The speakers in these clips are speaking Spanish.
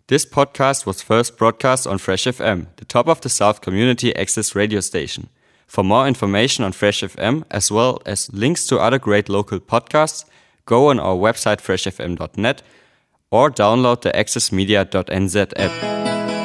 This podcast was first broadcast on Fresh FM, the top of the South community access radio station. For more information on Fresh FM, as well as links to other great local podcasts, go on our website freshfm.net or download the accessmedia.nz app.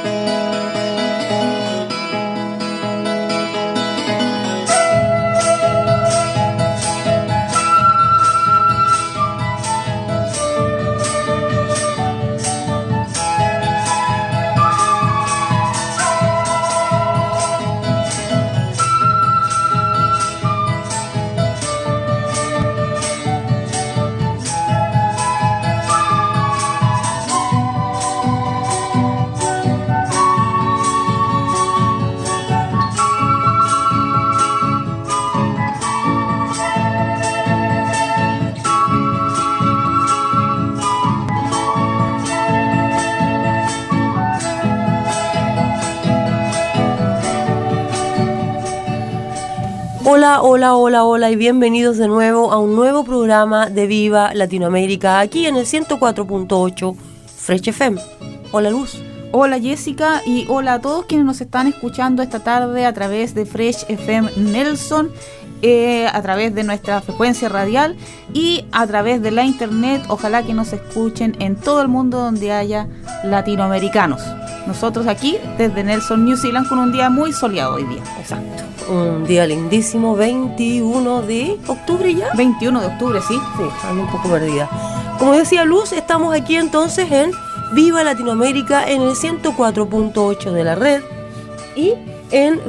Hola y bienvenidos de nuevo a un nuevo programa de Viva Latinoamérica aquí en el 104.8 Fresh FM. Hola Luz. Hola Jessica y hola a todos quienes nos están escuchando esta tarde a través de Fresh FM Nelson, a través de nuestra frecuencia radial y a través de la internet. Ojalá que nos escuchen en todo el mundo donde haya latinoamericanos. Nosotros aquí desde Nelson, New Zealand, con un día muy soleado hoy día. Exacto. Un día lindísimo, 21 de octubre ya. 21 de octubre, sí. Sí, ando un poco perdida. Como decía Luz, estamos aquí entonces en Viva Latinoamérica en el 104.8 de la red y en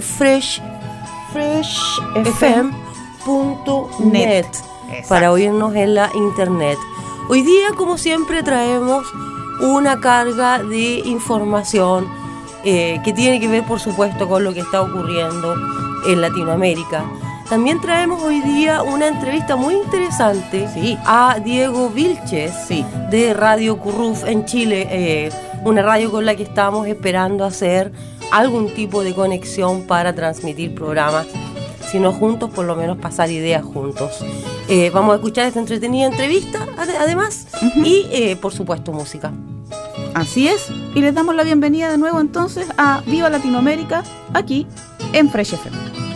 freshfm.net para oírnos en la internet. Hoy día, como siempre, traemos una carga de información que tiene que ver, por supuesto, con lo que está ocurriendo en Latinoamérica. También traemos hoy día una entrevista muy interesante a Diego Vilches de Radio Curruf en Chile, una radio con la que estamos esperando hacer algún tipo de conexión para transmitir programas, si no juntos, por lo menos pasar ideas juntos. Vamos a escuchar esta entretenida entrevista, además, y por supuesto música. Así es, y les damos la bienvenida de nuevo entonces a Viva Latinoamérica, aquí en Fresh FM.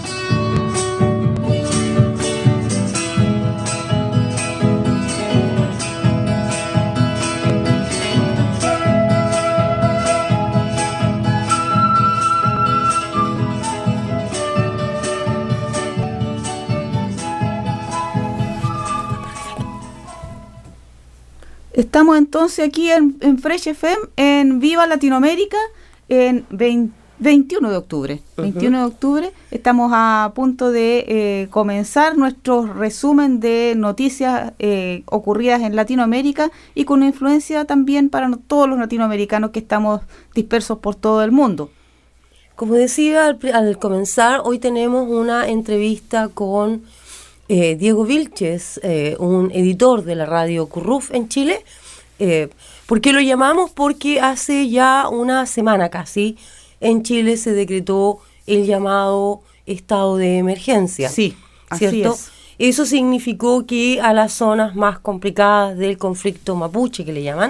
Estamos entonces aquí en Fresh FM, en Viva Latinoamérica, en 21 de octubre. 21 de octubre, estamos a punto de comenzar nuestro resumen de noticias ocurridas en Latinoamérica y con una influencia también para todos los latinoamericanos que estamos dispersos por todo el mundo. Como decía al comenzar, hoy tenemos una entrevista con Diego Vilches, un editor de la radio Curruf en Chile. ¿Por qué lo llamamos? Porque hace ya una semana casi en Chile se decretó el llamado estado de emergencia. Sí, ¿cierto? así es. Eso significó que a las zonas más complicadas del conflicto mapuche, que le llaman,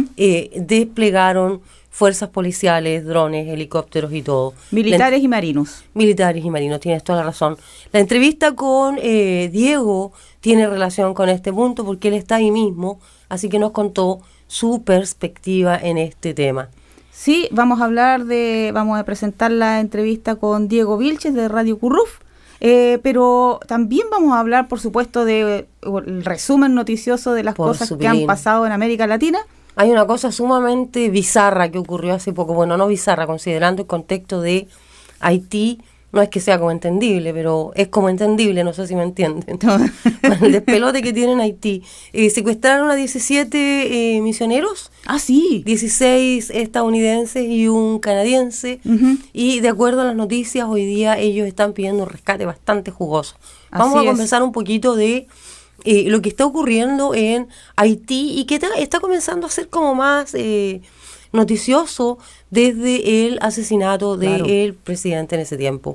desplegaron fuerzas policiales, drones, helicópteros y todo. Militares y marinos. Militares y marinos, tienes toda la razón. La entrevista con Diego tiene relación con este punto porque él está ahí mismo, así que nos contó su perspectiva en este tema. Sí, vamos a presentar la entrevista con Diego Vilches de Radio Curruf, pero también vamos a hablar, por supuesto, del resumen noticioso de las cosas que han pasado en América Latina. Hay una cosa sumamente bizarra que ocurrió hace poco, bueno, no bizarra, considerando el contexto de Haití, no es que sea como entendible, pero es como entendible, no sé si me entienden. Bueno, el despelote que tiene en Haití. Secuestraron a 17 misioneros. Ah, sí. 16 estadounidenses y un canadiense. Y de acuerdo a las noticias, hoy día ellos están pidiendo un rescate bastante jugoso. Vamos a conversar un poquito de lo que está ocurriendo en Haití y que está comenzando a ser como más noticioso desde el asesinato del presidente en ese tiempo.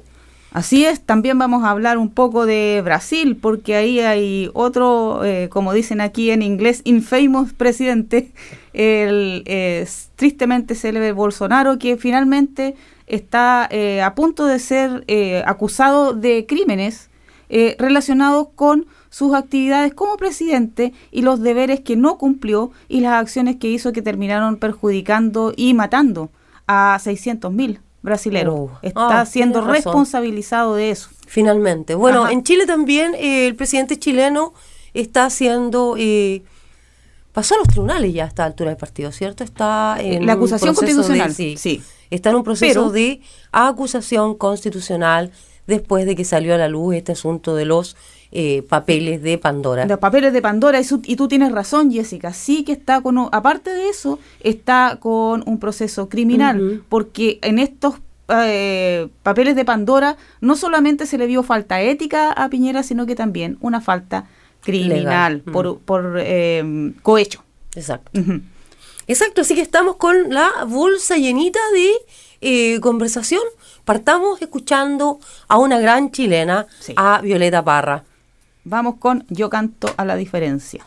Así es, también vamos a hablar un poco de Brasil, porque ahí hay otro, como dicen aquí en inglés, infamous presidente, el tristemente célebre Bolsonaro, que finalmente está a punto de ser acusado de crímenes relacionados con sus actividades como presidente y los deberes que no cumplió y las acciones que hizo que terminaron perjudicando y matando a 600.000 brasileros. Está siendo responsabilizado de eso. Finalmente. Bueno, Ajá. En Chile también el presidente chileno está haciendo... pasó a los tribunales ya a esta altura del partido, ¿cierto? Está en la acusación constitucional. Sí. Está en un proceso de acusación constitucional después de que salió a la luz este asunto de los papeles de Pandora. Los papeles de Pandora, y tú tienes razón, Jessica, sí que está con, aparte de eso, está con un proceso criminal, porque en estos papeles de Pandora no solamente se le vio falta ética a Piñera, sino que también una falta criminal por cohecho. Exacto. Exacto, así que estamos con la bolsa llenita de conversación. Partamos escuchando a una gran chilena, Sí. a Violeta Parra. Vamos con Yo canto a la diferencia.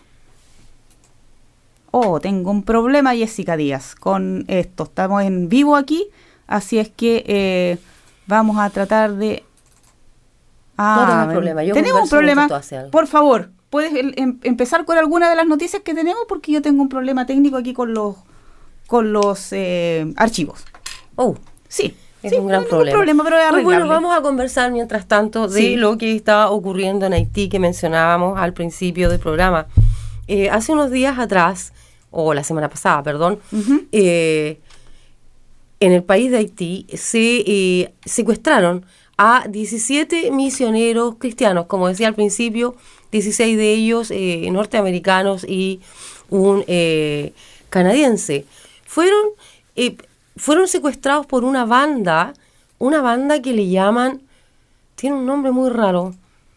Oh, tengo un problema, Jessica Díaz, con esto. Estamos en vivo aquí, así es que vamos a tratar de... No tengas problema, yo tenemos un converso mientras problema. tú haces algo. Por favor, ¿puedes empezar con alguna de las noticias que tenemos? Porque yo tengo un problema técnico aquí con los archivos. Oh, Sí. es sí, un gran no hay ningún problema, pero es Muy bueno, arreglable. vamos a conversar mientras tanto de Sí. lo que está ocurriendo en Haití que mencionábamos al principio del programa. Hace unos días atrás, o la semana pasada, perdón, Ujú. en el país de Haití se secuestraron a 17 misioneros cristianos, como decía al principio, 16 de ellos norteamericanos y un canadiense. Fueron secuestrados por una banda que le llaman, tiene un nombre muy raro,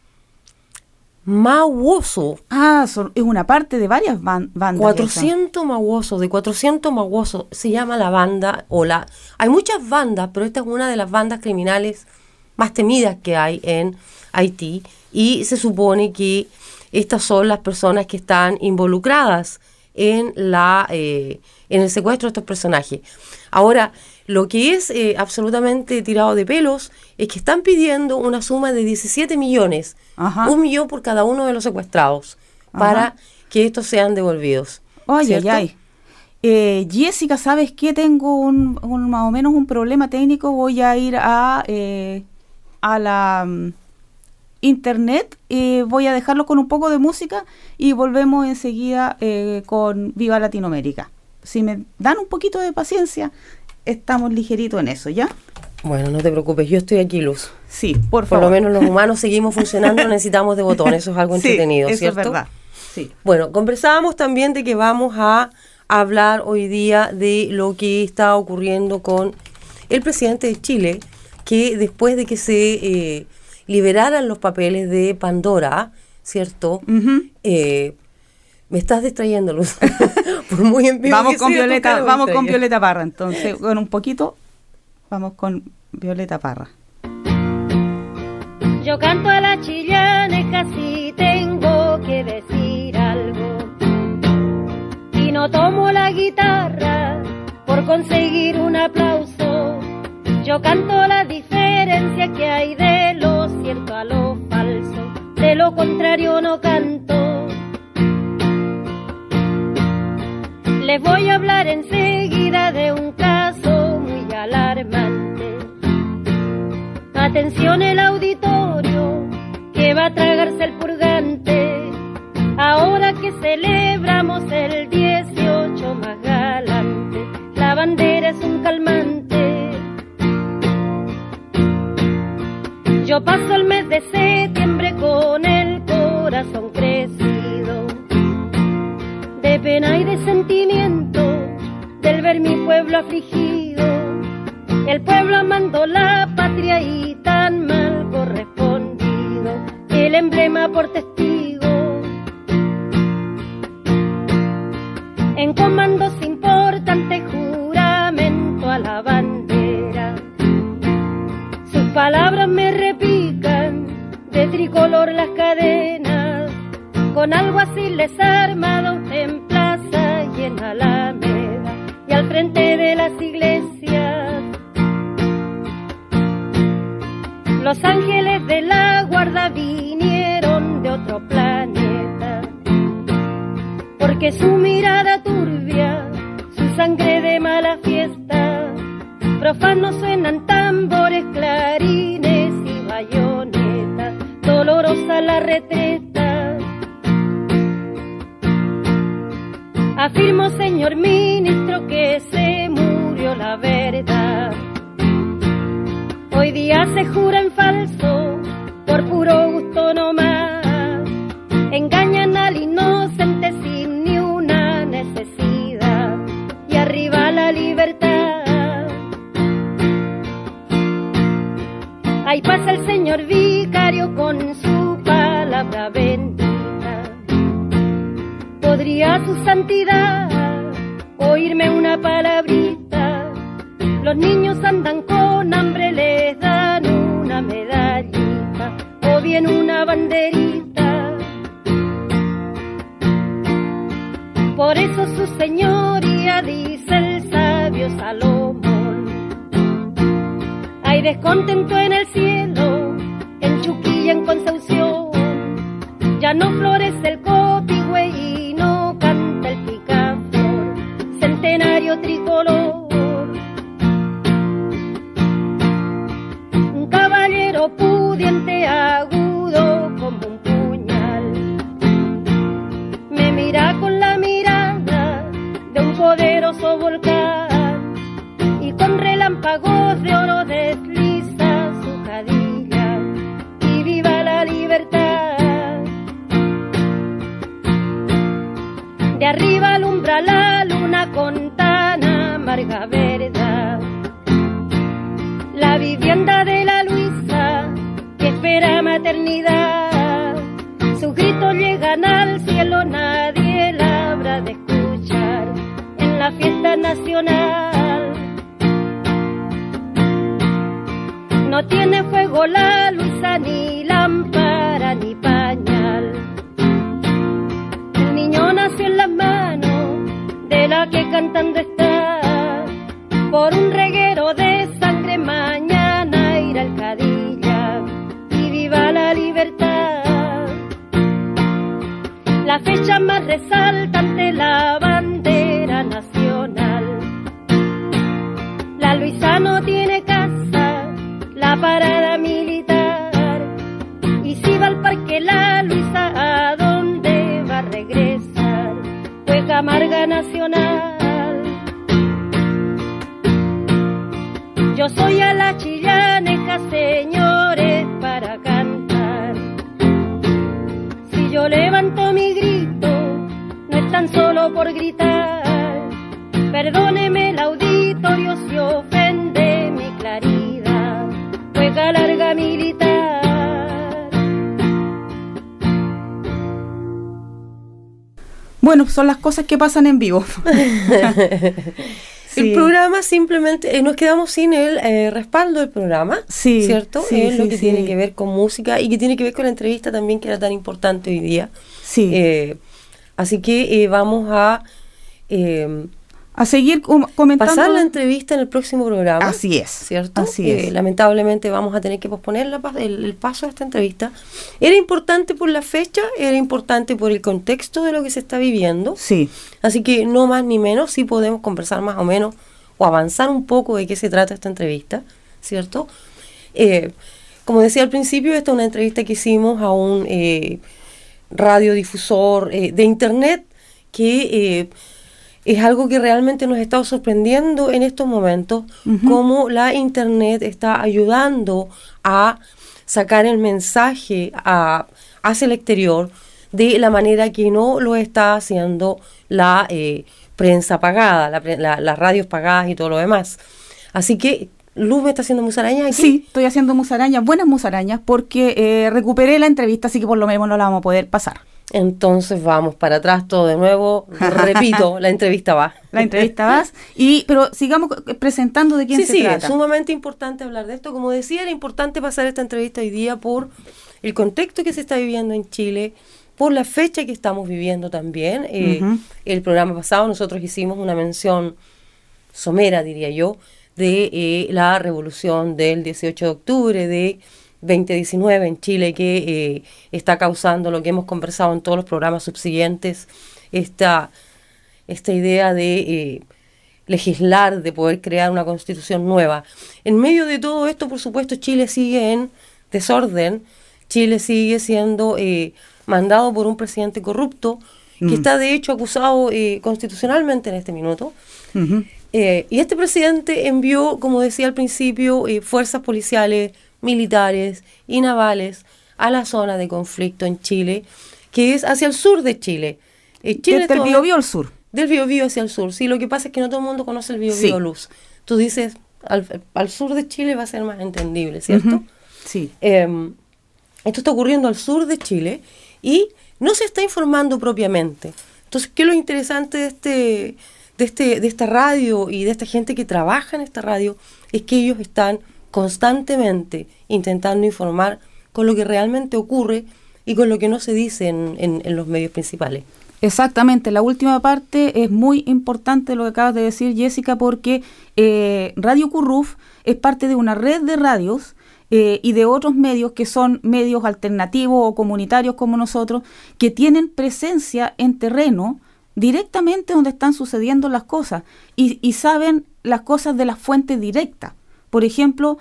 Mawoso. Es una parte de varias bandas. 400 Mawoso, de 400 Mawoso se llama la banda, hay muchas bandas, pero esta es una de las bandas criminales más temidas que hay en Haití, y se supone que estas son las personas que están involucradas en el secuestro de estos personajes. Ahora, lo que es absolutamente tirado de pelos es que están pidiendo una suma de 17 millones, Ajá. 1 millón por cada uno de los secuestrados, para que estos sean devolvidos. Ay, ¿cierto? ay, ay. Jessica, ¿sabes qué? Tengo un más o menos un problema técnico. Voy a ir a la internet, voy a dejarlo con un poco de música y volvemos enseguida con Viva Latinoamérica. Si me dan un poquito de paciencia, estamos ligeritos en eso, ¿ya? Bueno, no te preocupes, yo estoy aquí, Luz. Sí, por Por favor. lo menos los humanos seguimos funcionando, necesitamos de botones, eso es algo Sí, entretenido, eso ¿cierto? es verdad. Sí. Bueno, conversábamos también de que vamos a hablar hoy día de lo que está ocurriendo con el presidente de Chile, que después de que se liberaran los papeles de Pandora, ¿cierto? Ujú. Me estás distrayendo, Luz. Por muy en vivo Vamos que con sea, Violeta, tú, claro, vamos me con distrayes. Violeta Parra, entonces, con un poquito, vamos con Violeta Parra. Yo canto a la chillaneja si tengo que decir algo. Y no tomo la guitarra por conseguir un aplauso. Yo canto la diferencia que hay de lo cierto a lo falso. De lo contrario no canto. Les voy a hablar enseguida de un caso muy alarmante. Atención el auditorio que va a tragarse el purgante. Ahora que celebramos el 18 más galante, la bandera es un calmante. Yo paso el mes de septiembre con el corazón crecido, de pena y de sentimiento, del ver mi pueblo afligido. El pueblo amando la patria y tan mal correspondido, el emblema por testigo. En comandos importantes, juramento a la bandera. Sus palabras me repiten color las cadenas, con alguaciles armados en plaza y en Alameda y al frente de las iglesias. Los ángeles de la guarda vinieron de otro planeta, porque su mirada turbia, su sangre de mala fiesta, profanos suenan tambores, clarines y bayonetas, dolorosa la retreta. Afirmo, señor ministro, que se murió la verdad. Hoy día se jura en falso, por puro gusto nomás. Engañan al inocente sin ni una necesidad. Y arriba la libertad. Ahí pasa el señor vicario con su palabra bendita. ¿Podría su santidad oírme una palabrita? Los niños andan con hambre, les dan una medallita o bien una banderita. Por eso su señoría, dice el sabio Salomón, hay descontento en el cielo, en Chuquilla, en Concepción. Ya no florece el copihue y no canta el picaflor, centenario tricolor. Un caballero pudiente, agudo como un puñal, me mira con la mirada de un poderoso volcán y con relámpagos de oro desliza su cadilla y viva la libertad. De arriba alumbra la luna con tan amarga verdad, la vivienda de la Luisa que espera maternidad. Sus gritos llegan al cielo, nadie la habrá de escuchar en la fiesta nacional. No tiene fuego la Luisa, ni lámpara, ni pañal. El niño nació en las manos de la que cantando está. Por un reguero de sangre mañana irá al Cadillac y viva la libertad. La fecha más resaltante, la bandera nacional. La Luisa no tiene casa, la parada militar. Y si va al parque la Luisa, ¿a dónde va a regresar? Pues Camarga Nacional. Yo soy a la chillaneja, señores, para cantar. Si yo levanto mi grito, no es tan solo por gritar. Perdóneme el auditorio si ofende mi claridad. Juega larga militar. Bueno, son las cosas que pasan en vivo. Sí. El programa simplemente, nos quedamos sin el respaldo del programa, sí, ¿cierto? Sí, es lo que tiene que ver con música y que tiene que ver con la entrevista también, que era tan importante hoy día. Sí. Así que vamos a seguir comentando. Pasar la entrevista en el próximo programa. Así es. ¿Cierto? Así es. Lamentablemente vamos a tener que posponer el paso de esta entrevista. Era importante por la fecha, era importante por el contexto de lo que se está viviendo. Sí. Así que no más ni menos, sí podemos conversar más o menos o avanzar un poco de qué se trata esta entrevista, ¿cierto? Como decía al principio, esta es una entrevista que hicimos a un radiodifusor de internet que es algo que realmente nos está sorprendiendo en estos momentos, cómo la internet está ayudando a sacar el mensaje hacia el exterior de la manera que no lo está haciendo la prensa pagada, las radios pagadas y todo lo demás. Así que, Luz, ¿me está haciendo musarañas aquí? Sí, estoy haciendo musarañas, buenas musarañas, porque recuperé la entrevista, así que por lo menos no la vamos a poder pasar. Entonces vamos para atrás todo de nuevo. Repito, la entrevista va. La entrevista va, pero sigamos presentando de quién se trata. Sí, es sumamente importante hablar de esto. Como decía, era importante pasar esta entrevista hoy día por el contexto que se está viviendo en Chile, por la fecha que estamos viviendo también. El programa pasado nosotros hicimos una mención somera, diría yo, de la revolución del 18 de octubre de 2019 en Chile, que está causando lo que hemos conversado en todos los programas subsiguientes, esta idea de legislar, de poder crear una constitución nueva. En medio de todo esto, por supuesto, Chile sigue en desorden, Chile sigue siendo mandado por un presidente corrupto, que está de hecho acusado constitucionalmente en este minuto. Y este presidente envió, como decía al principio, fuerzas policiales, militares y navales a la zona de conflicto en Chile, que es hacia el sur de Chile. Chile Desde el Biobío al sur. Del Biobío hacia el sur. Sí, lo que pasa es que no todo el mundo conoce el Biobío Luz. Tú dices, al sur de Chile va a ser más entendible, ¿cierto? Sí. Esto está ocurriendo al sur de Chile y no se está informando propiamente. Entonces, ¿qué es lo interesante de esta radio y de esta gente que trabaja en esta radio? Es que ellos están constantemente intentando informar con lo que realmente ocurre y con lo que no se dice en los medios principales. Exactamente, la última parte es muy importante lo que acabas de decir, Jessica, porque Radio Curruf es parte de una red de radios y de otros medios que son medios alternativos o comunitarios como nosotros, que tienen presencia en terreno directamente donde están sucediendo las cosas y saben las cosas de la fuente directa. Por ejemplo,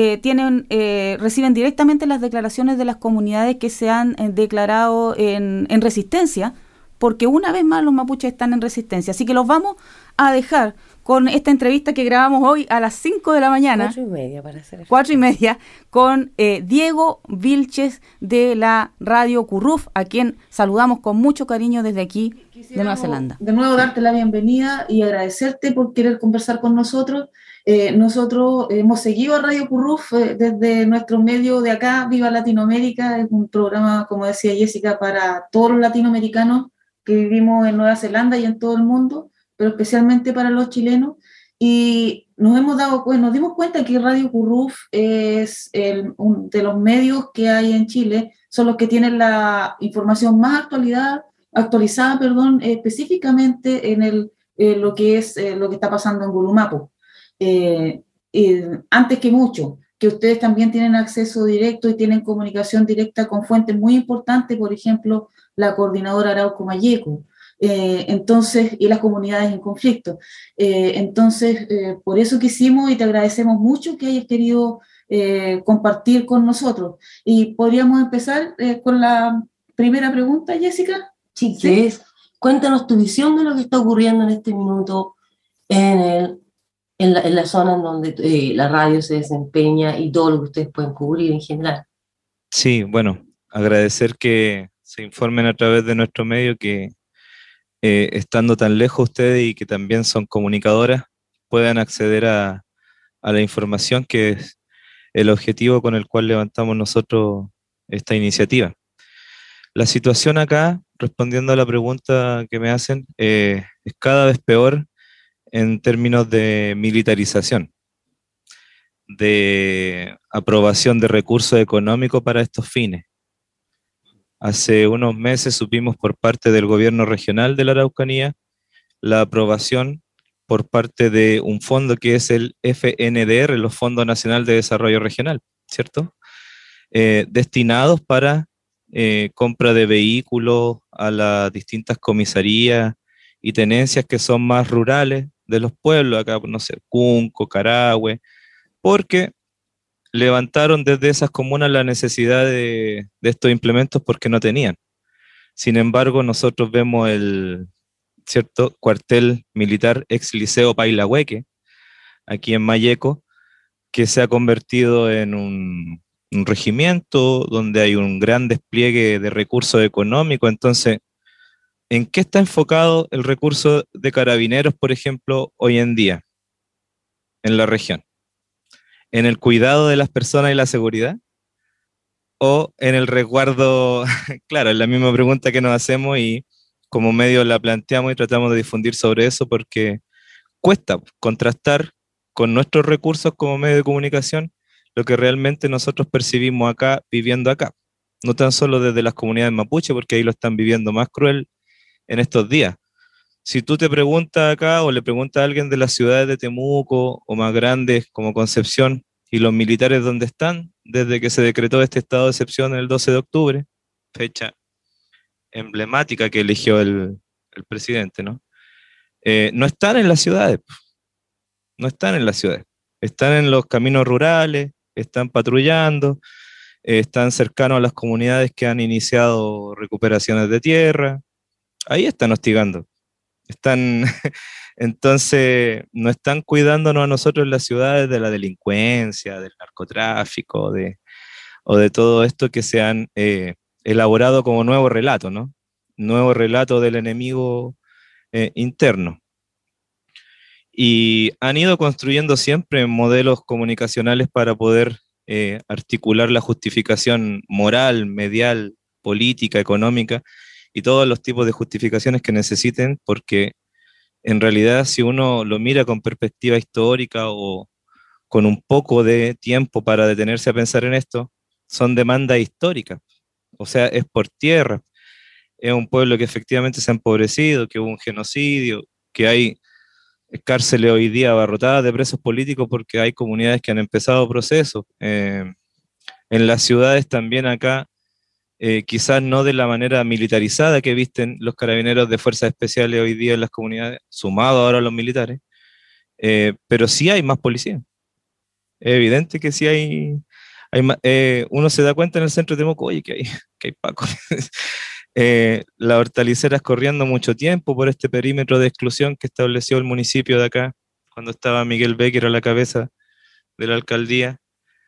reciben directamente las declaraciones de las comunidades que se han declarado en resistencia, porque una vez más los mapuches están en resistencia. Así que los vamos a dejar con esta entrevista que grabamos hoy a las 5 de la mañana. 4:30 para ser 4:30, con Diego Vilches de la Radio Curruf, a quien saludamos con mucho cariño desde aquí, de Nueva Zelanda. De nuevo darte la bienvenida y agradecerte por querer conversar con nosotros. Nosotros hemos seguido a Radio Curruf desde nuestro medio de acá, Viva Latinoamérica. Es un programa, como decía Jessica, para todos los latinoamericanos que vivimos en Nueva Zelanda y en todo el mundo, pero especialmente para los chilenos. Y nos dimos cuenta que Radio Curruf es uno de los medios que hay en Chile, son los que tienen la información más actualizada, específicamente en lo que está pasando en Gulumapo. Antes que mucho, que ustedes también tienen acceso directo y tienen comunicación directa con fuentes muy importantes, por ejemplo, la coordinadora Arauco Mayeco, y las comunidades en conflicto. Por eso quisimos y te agradecemos mucho que hayas querido compartir con nosotros. Y podríamos empezar con la primera pregunta, Jessica. Sí, que es, cuéntanos tu visión de lo que está ocurriendo en este minuto en la zona en donde la radio se desempeña y todo lo que ustedes pueden cubrir en general. Sí, bueno, agradecer que se informen a través de nuestro medio, que estando tan lejos ustedes y que también son comunicadoras, puedan acceder a la información, que es el objetivo con el cual levantamos nosotros esta iniciativa. La situación acá, respondiendo a la pregunta que me hacen, es cada vez peor en términos de militarización, de aprobación de recursos económicos para estos fines. Hace unos meses supimos por parte del gobierno regional de la Araucanía la aprobación por parte de un fondo que es el FNDR, los Fondos Nacional de Desarrollo Regional, ¿cierto? Destinados para compra de vehículos a las distintas comisarías y tenencias que son más rurales de los pueblos, acá, no sé, Cunco, Carahue, porque levantaron desde esas comunas la necesidad de estos implementos porque no tenían. Sin embargo, nosotros vemos el cierto cuartel militar ex Liceo Pailahueque, aquí en Mayeco, que se ha convertido en un regimiento donde hay un gran despliegue de recursos económicos. Entonces, ¿en qué está enfocado el recurso de carabineros, por ejemplo, hoy en día en la región? ¿En el cuidado de las personas y la seguridad? ¿O en el resguardo? Claro, es la misma pregunta que nos hacemos y como medio la planteamos y tratamos de difundir sobre eso, porque cuesta contrastar con nuestros recursos como medio de comunicación lo que realmente nosotros percibimos acá, viviendo acá. no tan solo desde las comunidades mapuche, porque ahí lo están viviendo más cruel en estos días. Si tú te preguntas acá o le preguntas a alguien de las ciudades de Temuco o más grandes como Concepción y los militares dónde están, desde que se decretó este estado de excepción el 12 de octubre, fecha emblemática que eligió el presidente, ¿no? No están en las ciudades, no están en las ciudades, están en los caminos rurales, están patrullando, están cercanos a las comunidades que han iniciado recuperaciones de tierra, ahí están hostigando. Están, entonces, no están cuidándonos a nosotros en las ciudades de la delincuencia, del narcotráfico, o de todo esto que se han elaborado como nuevo relato, ¿no? Nuevo relato del enemigo interno. Y han ido construyendo siempre modelos comunicacionales para poder articular la justificación moral, medial, política, económica, y todos los tipos de justificaciones que necesiten, porque en realidad si uno lo mira con perspectiva histórica o con un poco de tiempo para detenerse a pensar en esto, son demandas históricas. O sea, es por tierra, es un pueblo que efectivamente se ha empobrecido, que hubo un genocidio, que hay cárceles hoy día abarrotadas de presos políticos porque hay comunidades que han empezado procesos. En las ciudades también acá, quizás no de la manera militarizada que visten los carabineros de fuerzas especiales hoy día en las comunidades, sumado ahora a los militares, pero sí hay más policías. Es evidente que sí hay más, uno se da cuenta en el centro de Temuco, oye, que hay pacos. Las hortaliceras corriendo mucho tiempo por este perímetro de exclusión que estableció el municipio de acá, cuando estaba Miguel Becker a la cabeza de la alcaldía.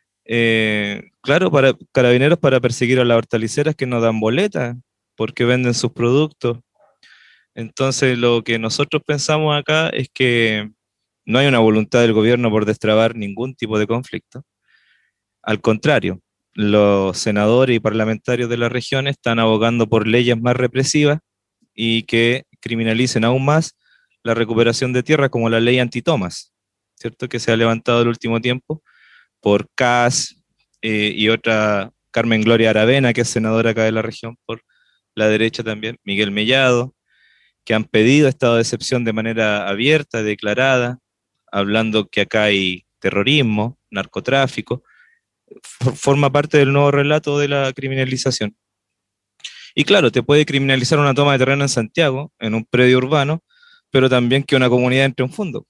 Claro, para carabineros para perseguir a las hortaliceras que no dan boleta porque venden sus productos. Entonces lo que nosotros pensamos acá es que no hay una voluntad del gobierno por destrabar ningún tipo de conflicto. Al contrario, los senadores y parlamentarios de la región están abogando por leyes más represivas y que criminalicen aún más la recuperación de tierra, como la ley antitomas, ¿cierto? Que se ha levantado el último tiempo por Kass y otra, Carmen Gloria Aravena, que es senadora acá de la región por la derecha también, Miguel Mellado, que han pedido estado de excepción de manera abierta, declarada, hablando que acá hay terrorismo, narcotráfico, forma parte del nuevo relato de la criminalización. Y claro, te puede criminalizar una toma de terreno en Santiago, en un predio urbano, pero también que una comunidad entre un fondo.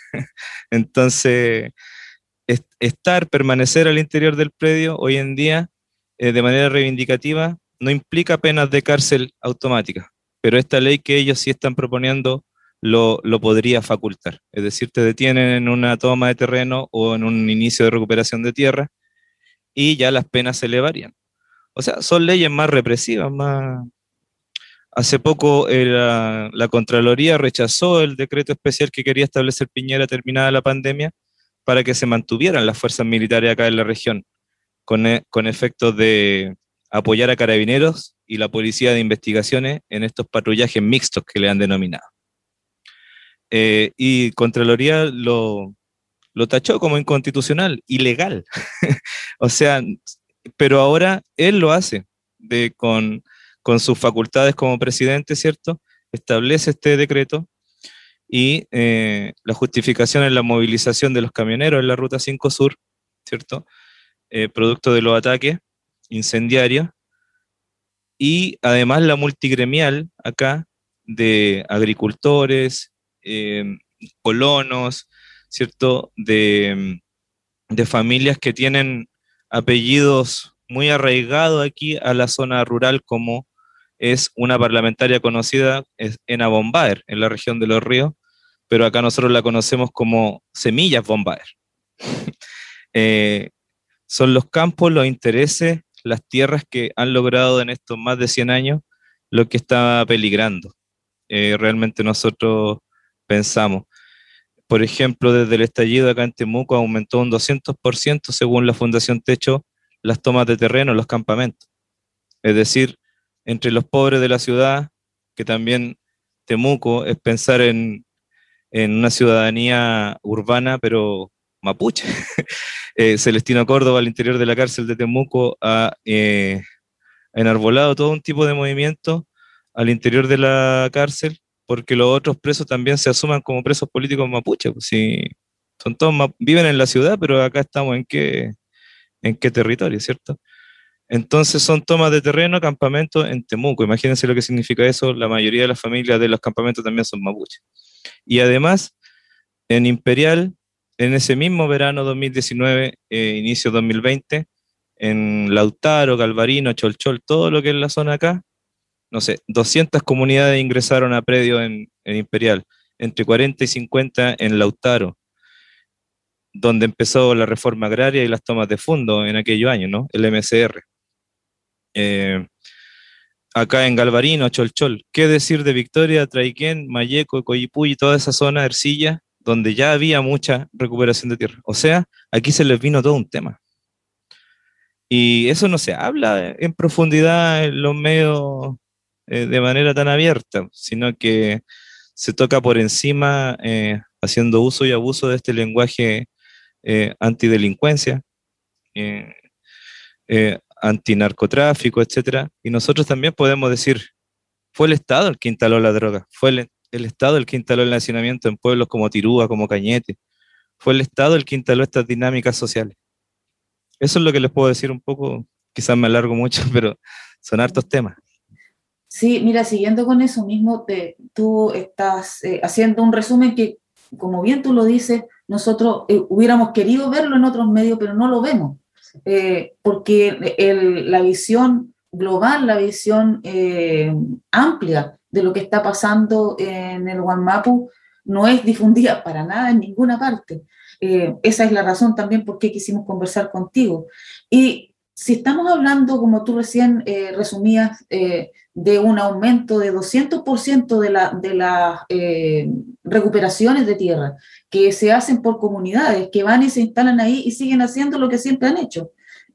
Entonces, permanecer al interior del predio hoy en día de manera reivindicativa no implica penas de cárcel automáticas, pero esta ley que ellos sí están proponiendo lo podría facultar. Es decir, te detienen en una toma de terreno o en un inicio de recuperación de tierra y ya las penas se elevarían. O sea, son leyes más represivas, más... Hace poco la Contraloría rechazó el decreto especial que quería establecer Piñera terminada la pandemia para que se mantuvieran las fuerzas militares acá en la región, con efectos de apoyar a carabineros y la policía de investigaciones en estos patrullajes mixtos que le han denominado. Y Contraloría lo tachó como inconstitucional, ilegal. O sea, pero ahora él lo hace con sus facultades como presidente, ¿cierto? Establece este decreto y la justificación es la movilización de los camioneros en la Ruta 5 Sur, ¿cierto? Producto de los ataques incendiarios y además la multigremial acá de agricultores, colonos, ¿cierto? De familias que tienen apellidos muy arraigados aquí a la zona rural, como es una parlamentaria conocida, es Ena Bombaer, en la región de Los Ríos, pero acá nosotros la conocemos como Semillas Bombaer. Son los campos, los intereses, las tierras que han logrado en estos más de 100 años lo que está peligrando. Realmente nosotros pensamos. Por ejemplo, desde el estallido acá en Temuco aumentó un 200% según la Fundación Techo las tomas de terreno, los campamentos. Es decir, entre los pobres de la ciudad, que también Temuco es pensar en una ciudadanía urbana, pero mapuche. Celestino Córdoba, al interior de la cárcel de Temuco, ha enarbolado todo un tipo de movimiento al interior de la cárcel, porque los otros presos también se asuman como presos políticos mapuches, pues si son todos viven en la ciudad, pero acá estamos en qué territorio, ¿cierto? Entonces son tomas de terreno, campamentos en Temuco. Imagínense lo que significa eso. La mayoría de las familias de los campamentos también son mapuches. Y además, en Imperial, en ese mismo verano 2019, inicio 2020, en Lautaro, Galvarino, Cholchol, todo lo que es la zona acá, no sé, 200 comunidades ingresaron a predios en Imperial, entre 40 y 50 en Lautaro, donde empezó la reforma agraria y las tomas de fondo en aquellos años, ¿no? El MCR. Acá en Galvarino, Cholchol. ¿Qué decir de Victoria, Traiquén, Mayeco, Coyipulli, toda esa zona, Ercilla, donde ya había mucha recuperación de tierra? O sea, aquí se les vino todo un tema. Y eso no se habla en profundidad en los medios de manera tan abierta, sino que se toca por encima haciendo uso y abuso de este lenguaje antidelincuencia, antinarcotráfico, etcétera. Y nosotros también podemos decir, fue el Estado el que instaló la droga, fue el Estado el que instaló el hacinamiento en pueblos como Tirúa, como Cañete, fue el Estado el que instaló estas dinámicas sociales. Eso es lo que les puedo decir un poco, quizás me alargo mucho, pero son hartos temas. Sí, mira, siguiendo con eso mismo, tú estás haciendo un resumen que, como bien tú lo dices, nosotros hubiéramos querido verlo en otros medios, pero no lo vemos, porque la visión global, la visión amplia de lo que está pasando en el Wallmapu no es difundida para nada en ninguna parte. Esa es la razón también por qué quisimos conversar contigo. Y si estamos hablando, como tú recién resumías, de un aumento de 200% de las recuperaciones de tierra que se hacen por comunidades, que van y se instalan ahí y siguen haciendo lo que siempre han hecho.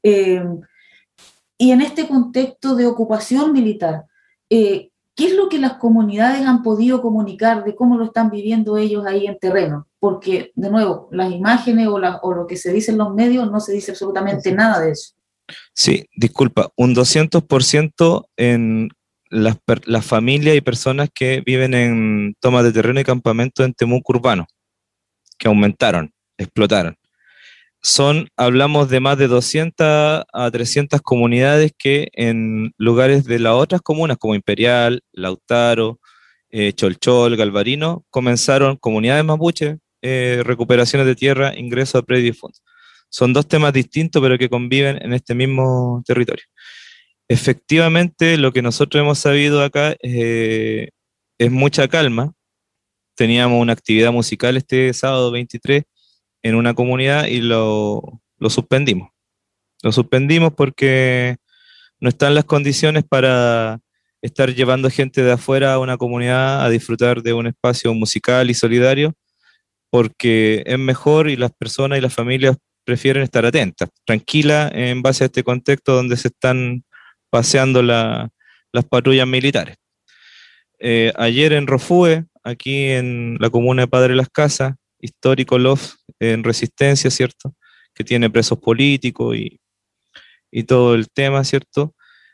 Y en este contexto de ocupación militar, ¿qué es lo que las comunidades han podido comunicar de cómo lo están viviendo ellos ahí en terreno? Porque, de nuevo, las imágenes o lo que se dice en los medios no se dice absolutamente nada de eso. Sí, disculpa, un 200% en las familias y personas que viven en tomas de terreno y campamento en Temuco urbano, que aumentaron, explotaron. Hablamos de más de 200 a 300 comunidades que en lugares de las otras comunas, como Imperial, Lautaro, Cholchol, Galvarino, comenzaron comunidades mapuche, recuperaciones de tierra, ingreso a predio y fondo. Son dos temas distintos, pero que conviven en este mismo territorio. Efectivamente, lo que nosotros hemos sabido acá es mucha calma. Teníamos una actividad musical este sábado 23 en una comunidad y lo suspendimos. Lo suspendimos porque no están las condiciones para estar llevando gente de afuera a una comunidad a disfrutar de un espacio musical y solidario, porque es mejor y las personas y las familias prefieren estar atentas, tranquilas en base a este contexto donde se están paseando las patrullas militares. Ayer en Rofue, aquí en la comuna de Padre Las Casas, histórico LOF en Resistencia, ¿cierto? Que tiene presos políticos y todo el tema, ¿cierto?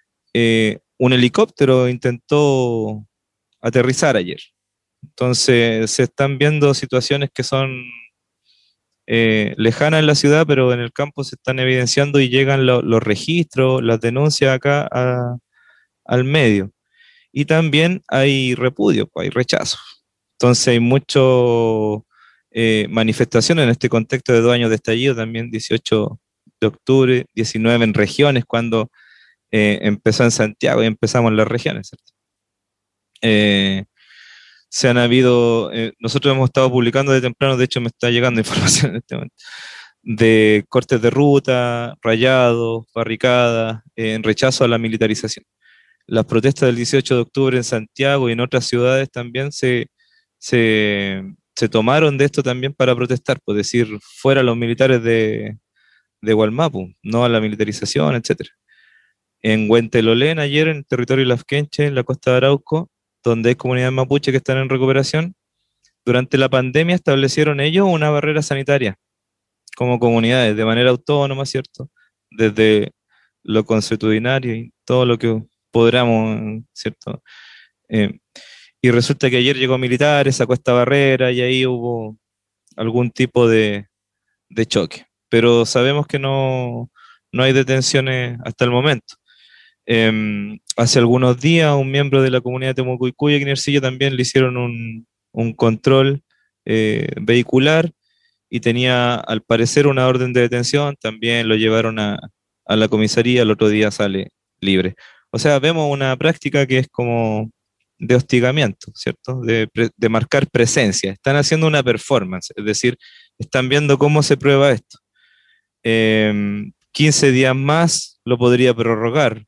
Un helicóptero intentó aterrizar ayer. Entonces se están viendo situaciones que son lejanas en la ciudad, pero en el campo se están evidenciando y llegan los registros, las denuncias acá al medio. Y también hay repudio, hay rechazo. Entonces hay muchas manifestaciones en este contexto de 2 años de estallido, también 18 de octubre, 19 en regiones, cuando empezó en Santiago y empezamos en las regiones, ¿cierto? Nosotros hemos estado publicando de temprano, de hecho me está llegando información en este momento, de cortes de ruta, rayados, barricadas, en rechazo a la militarización. Las protestas del 18 de octubre en Santiago y en otras ciudades también se tomaron de esto también para protestar, pues decir, fuera los militares de Wallmapu, no a la militarización, etc. En Huentelolén, ayer en el territorio de Lafkenche, en la costa de Arauco, donde hay comunidades mapuche que están en recuperación, durante la pandemia establecieron ellos una barrera sanitaria como comunidades, de manera autónoma, ¿cierto? Desde lo consuetudinario y todo lo que podamos, ¿cierto? Y resulta que ayer llegó militares, sacó esta barrera y ahí hubo algún tipo de choque. Pero sabemos que no hay detenciones hasta el momento. Hace algunos días un miembro de la comunidad de Temucuicui, aquí en Ercilla, también le hicieron un control vehicular y tenía al parecer una orden de detención, también lo llevaron a la comisaría, el otro día sale libre. O sea, vemos una práctica que es como de hostigamiento, ¿cierto? De marcar presencia. Están haciendo una performance, es decir, están viendo cómo se prueba esto. 15 días más lo podría prorrogar.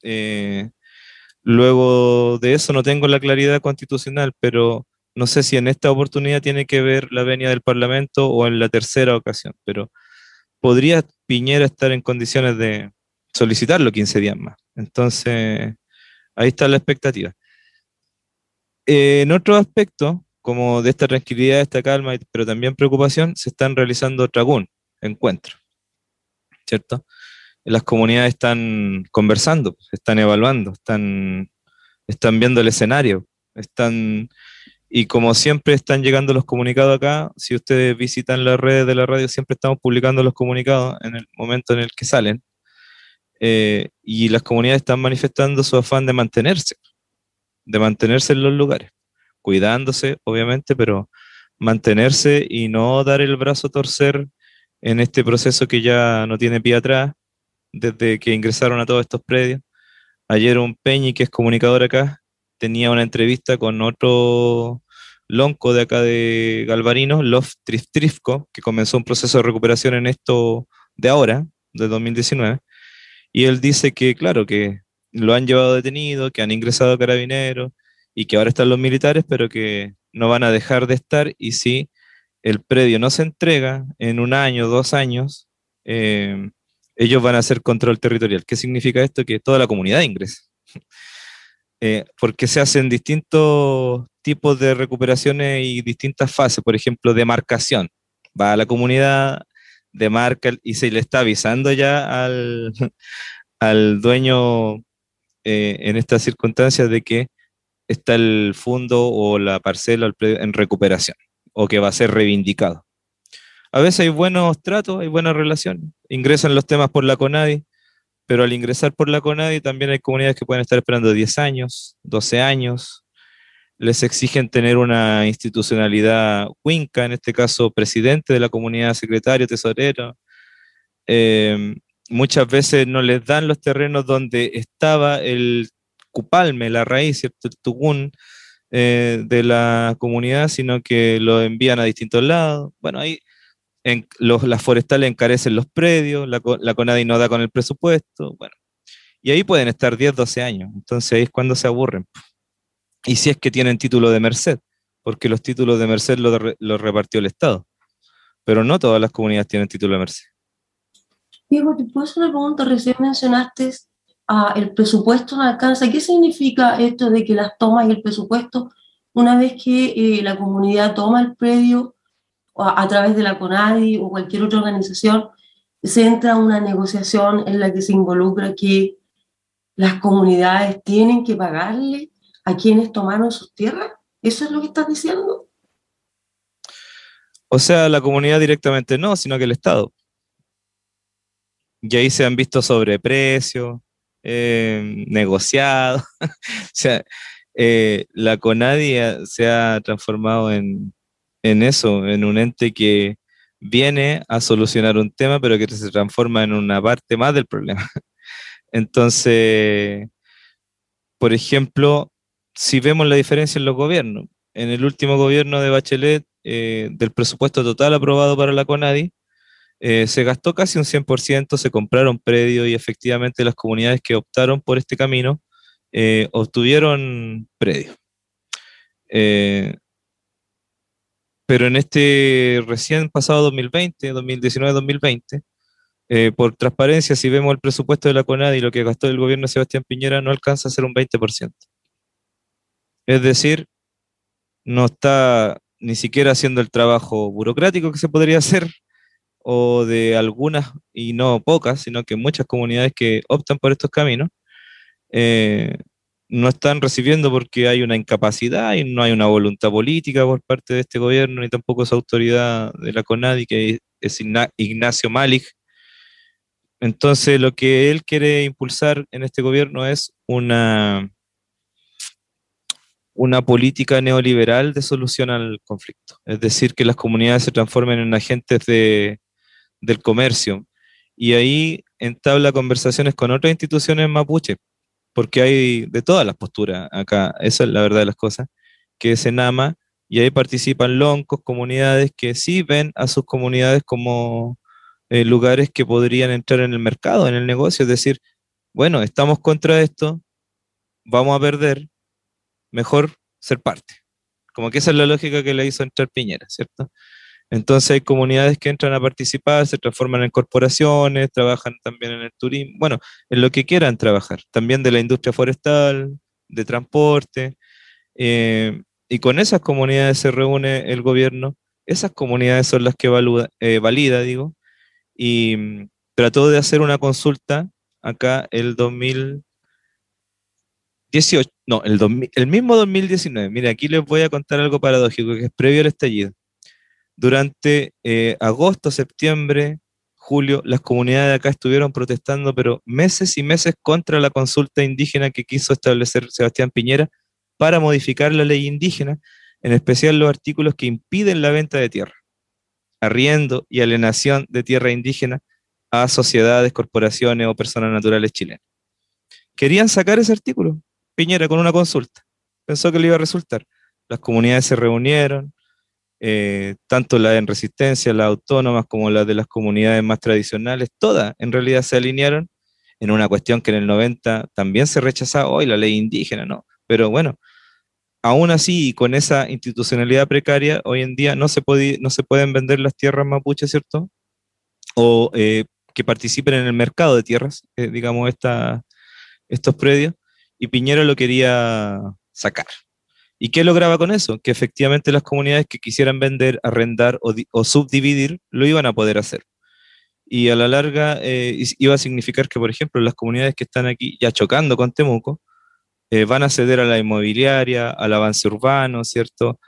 Luego de eso no tengo la claridad constitucional, pero no sé si en esta oportunidad tiene que ver la venia del Parlamento o en la tercera ocasión, pero podría Piñera estar en condiciones de solicitarlo 15 días más. Entonces, ahí está la expectativa. En otro aspecto, como de esta tranquilidad, esta calma, pero también preocupación, se están realizando tragún, encuentros, ¿cierto? Las comunidades están conversando, están evaluando, están viendo el escenario, y como siempre están llegando los comunicados acá. Si ustedes visitan las redes de la radio, siempre estamos publicando los comunicados en el momento en el que salen, y las comunidades están manifestando su afán de mantenerse en los lugares, cuidándose, obviamente, pero mantenerse y no dar el brazo a torcer en este proceso que ya no tiene pie atrás desde que ingresaron a todos estos predios. Ayer un Peñi, que es comunicador acá, tenía una entrevista con otro lonco de acá de Galvarino, Love Trifco, que comenzó un proceso de recuperación en esto de ahora, de 2019, y él dice que, claro, que lo han llevado detenido, que han ingresado a carabineros y que ahora están los militares, pero que no van a dejar de estar, y si el predio no se entrega en 1 año, 2 años, ellos van a hacer control territorial. ¿Qué significa esto? Que toda la comunidad ingresa. Porque se hacen distintos tipos de recuperaciones y distintas fases, por ejemplo, demarcación. Va a la comunidad, demarca y se le está avisando ya al dueño en estas circunstancias de que está el fondo o la parcela o el predio en recuperación o que va a ser reivindicado. A veces hay buenos tratos, hay buenas relaciones, ingresan los temas por la CONADI, pero al ingresar por la CONADI también hay comunidades que pueden estar esperando 10 años, 12 años, les exigen tener una institucionalidad cuinca, en este caso presidente de la comunidad, secretario, tesorero. Muchas veces no les dan los terrenos donde estaba el cupalme, la raíz, ¿cierto? El tugún de la comunidad, sino que lo envían a distintos lados. Bueno, ahí las forestales encarecen los predios, la CONADI no da con el presupuesto, bueno, y ahí pueden estar 10, 12 años, entonces ahí es cuando se aburren. Y si es que tienen título de merced, porque los títulos de merced los repartió el Estado, pero no todas las comunidades tienen título de merced. Diego, te puedo hacer una pregunta. Recién mencionaste el presupuesto no alcanza. ¿Qué significa esto de que las tomas y el presupuesto, una vez que la comunidad toma el predio a través de la CONADI o cualquier otra organización, se entra a una negociación en la que se involucra que las comunidades tienen que pagarle a quienes tomaron sus tierras? ¿Eso es lo que estás diciendo? O sea, la comunidad directamente no, sino que el Estado. Y ahí se han visto sobreprecios, negociados. O sea, la CONADI se ha transformado en eso, en un ente que viene a solucionar un tema, pero que se transforma en una parte más del problema. Entonces, por ejemplo, si vemos la diferencia en los gobiernos, en el último gobierno de Bachelet, del presupuesto total aprobado para la CONADI, se gastó casi un 100%, se compraron predios y efectivamente las comunidades que optaron por este camino obtuvieron predios. Pero en este recién pasado 2020, 2019-2020, por transparencia, si vemos el presupuesto de la CONADI y lo que gastó el gobierno de Sebastián Piñera, no alcanza a ser un 20%. Es decir, no está ni siquiera haciendo el trabajo burocrático que se podría hacer, o de algunas, y no pocas, sino que muchas comunidades que optan por estos caminos, eh, no están recibiendo porque hay una incapacidad y no hay una voluntad política por parte de este gobierno, ni tampoco esa autoridad de la CONADI, que es Ignacio Malig. Entonces, lo que él quiere impulsar en este gobierno es una política neoliberal de solución al conflicto. Es decir, que las comunidades se transformen en agentes del comercio. Y ahí entabla conversaciones con otras instituciones mapuche, porque hay de todas las posturas acá, esa es la verdad de las cosas, que es Enama, y ahí participan loncos, comunidades que sí ven a sus comunidades como lugares que podrían entrar en el mercado, en el negocio, es decir, bueno, estamos contra esto, vamos a perder, mejor ser parte. Como que esa es la lógica que le hizo entrar Piñera, ¿cierto? Entonces hay comunidades que entran a participar, se transforman en corporaciones, trabajan también en el turismo, bueno, en lo que quieran trabajar, también de la industria forestal, de transporte, y con esas comunidades se reúne el gobierno, esas comunidades son las que valida, digo, y trató de hacer una consulta acá el 2018, no, el mismo 2019. Mira, aquí les voy a contar algo paradójico, que es previo al estallido. Durante agosto, septiembre, julio, las comunidades de acá estuvieron protestando, pero meses y meses contra la consulta indígena que quiso establecer Sebastián Piñera para modificar la ley indígena, en especial los artículos que impiden la venta de tierra, arriendo y alienación de tierra indígena a sociedades, corporaciones o personas naturales chilenas. Querían sacar ese artículo, Piñera, con una consulta. Pensó que le iba a resultar. Las comunidades se reunieron, tanto las en resistencia, las autónomas, como las de las comunidades más tradicionales, todas en realidad se alinearon en una cuestión que en el 90 también se rechazaba, hoy la ley indígena, ¿no? Pero bueno, aún así, y con esa institucionalidad precaria, hoy en día no se pueden vender las tierras mapuches, ¿cierto? O que participen en el mercado de tierras, digamos, estos predios, y Piñera lo quería sacar. ¿Y qué lograba con eso? Que efectivamente las comunidades que quisieran vender, arrendar o subdividir lo iban a poder hacer. Y a la larga iba a significar que, por ejemplo, las comunidades que están aquí ya chocando con Temuco van a ceder a la inmobiliaria, al avance urbano, ¿cierto?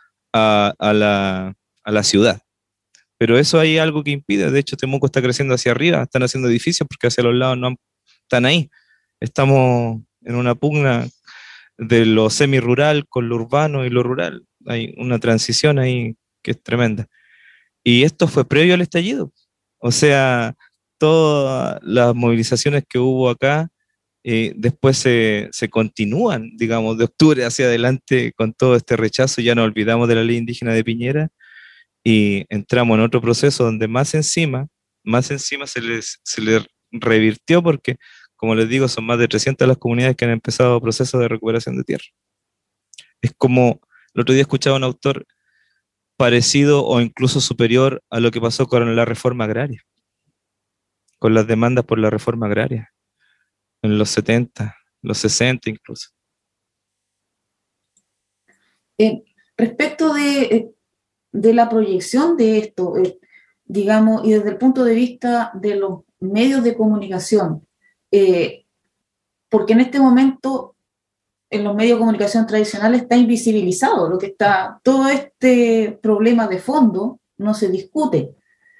A la ciudad. Pero eso hay algo que impide. De hecho, Temuco está creciendo hacia arriba, están haciendo edificios porque hacia los lados no están ahí. Estamos en una pugna de lo semi-rural con lo urbano y lo rural. Hay una transición ahí que es tremenda. Y esto fue previo al estallido. O sea, todas las movilizaciones que hubo acá después se continúan, digamos, de octubre hacia adelante con todo este rechazo. Ya nos olvidamos de la ley indígena de Piñera y entramos en otro proceso donde más encima se les revirtió porque, como les digo, son más de 300 las comunidades que han empezado procesos de recuperación de tierra. Es como, el otro día escuchaba a un autor parecido o incluso superior a lo que pasó con la reforma agraria, con las demandas por la reforma agraria, en los 70, los 60 incluso. Respecto de la proyección de esto, digamos, y desde el punto de vista de los medios de comunicación, porque en este momento en los medios de comunicación tradicionales está invisibilizado lo que está, todo este problema de fondo no se discute.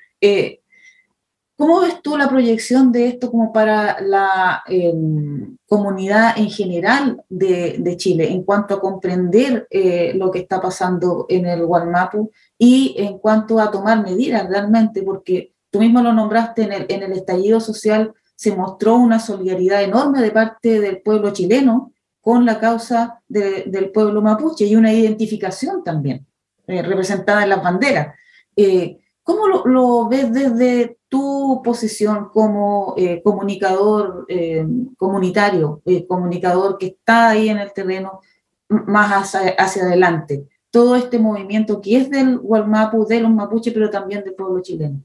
¿Cómo ves tú la proyección de esto como para la comunidad en general de Chile en cuanto a comprender lo que está pasando en el Wallmapu y en cuanto a tomar medidas realmente? Porque tú mismo lo nombraste, en el estallido social se mostró una solidaridad enorme de parte del pueblo chileno con la causa del pueblo mapuche y una identificación también representada en las banderas. ¿Cómo lo ves desde tu posición como comunicador comunitario, comunicador que está ahí en el terreno más hacia adelante? Todo este movimiento que es del Wallmapu, de los mapuches, pero también del pueblo chileno.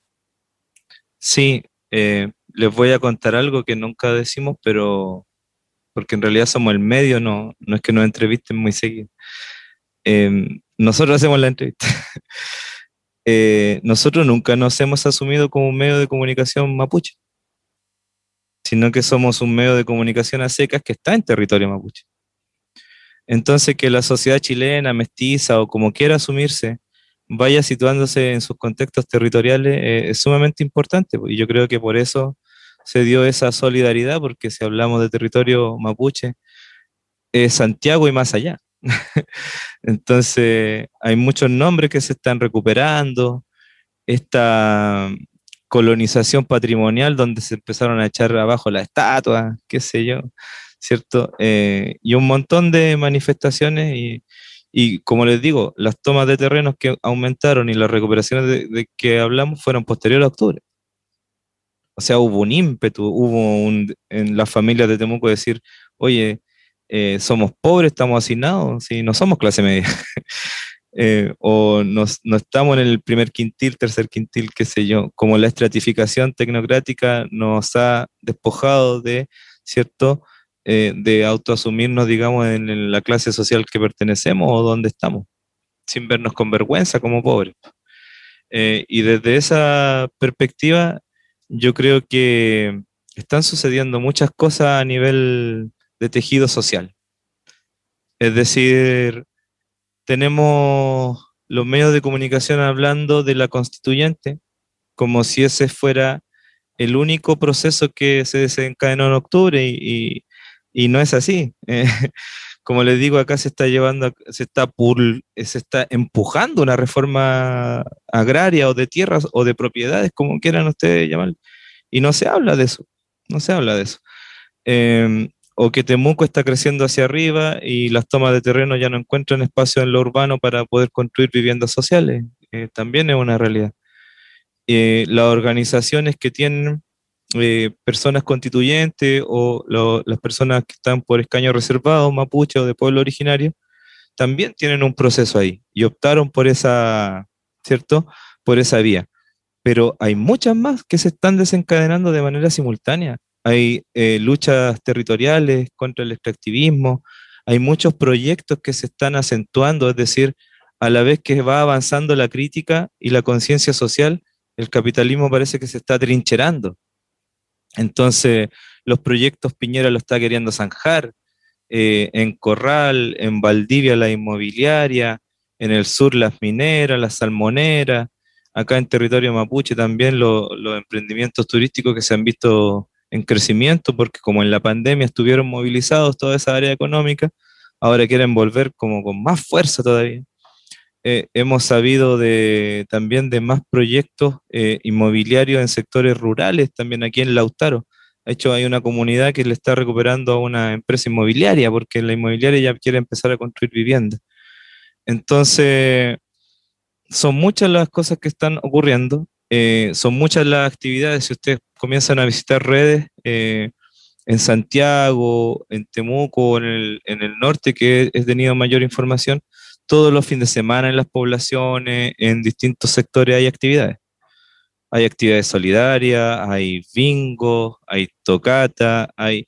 Sí, les voy a contar algo que nunca decimos, pero porque en realidad somos el medio, no es que nos entrevisten muy seguido. Nosotros hacemos la entrevista. nosotros nunca nos hemos asumido como un medio de comunicación mapuche, sino que somos un medio de comunicación a secas que está en territorio mapuche. Entonces, que la sociedad chilena, mestiza o como quiera asumirse, vaya situándose en sus contextos territoriales es sumamente importante, y yo creo que por eso se dio esa solidaridad, porque si hablamos de territorio mapuche, es Santiago y más allá. Entonces, hay muchos nombres que se están recuperando, esta colonización patrimonial donde se empezaron a echar abajo las estatuas, qué sé yo, ¿cierto? Y un montón de manifestaciones y como les digo, las tomas de terrenos que aumentaron y las recuperaciones de que hablamos fueron posteriores a octubre. O sea, hubo un ímpetu, en las familias de Temuco decir, oye, somos pobres, estamos hacinados, sí, no somos clase media. O no estamos en el primer quintil, tercer quintil, qué sé yo, como la estratificación tecnocrática nos ha despojado de, ¿cierto?, de autoasumirnos, digamos, en la clase social que pertenecemos o donde estamos, sin vernos con vergüenza como pobres. Y desde esa perspectiva, yo creo que están sucediendo muchas cosas a nivel de tejido social. Es decir, tenemos los medios de comunicación hablando de la constituyente como si ese fuera el único proceso que se desencadenó en octubre y no es así. Como les digo, acá se está empujando una reforma agraria o de tierras o de propiedades, como quieran ustedes llamarlo, y no se habla de eso, no se habla de eso. O que Temuco está creciendo hacia arriba y las tomas de terreno ya no encuentran espacio en lo urbano para poder construir viviendas sociales, también es una realidad. Las organizaciones que tienen personas constituyentes o las personas que están por escaño reservado, mapuche o de pueblo originario, también tienen un proceso ahí y optaron por esa, ¿cierto?, por esa vía. Pero hay muchas más que se están desencadenando de manera simultánea. Hay luchas territoriales contra el extractivismo, hay muchos proyectos que se están acentuando, es decir, a la vez que va avanzando la crítica y la conciencia social, el capitalismo parece que se está trincherando. Entonces, los proyectos Piñera lo está queriendo zanjar, en Corral, en Valdivia la inmobiliaria, en el sur las mineras, las salmoneras, acá en territorio mapuche también los emprendimientos turísticos que se han visto en crecimiento, porque como en la pandemia estuvieron movilizados toda esa área económica, ahora quieren volver como con más fuerza todavía. Hemos sabido también de más proyectos inmobiliarios en sectores rurales, también aquí en Lautaro. De hecho, hay una comunidad que le está recuperando a una empresa inmobiliaria, porque la inmobiliaria ya quiere empezar a construir viviendas. Entonces, son muchas las cosas que están ocurriendo, son muchas las actividades. Si ustedes comienzan a visitar redes en Santiago, en Temuco, en el norte, que he tenido mayor información, todos los fines de semana en las poblaciones, en distintos sectores hay actividades. Hay actividades solidarias, hay bingo, hay tocata, hay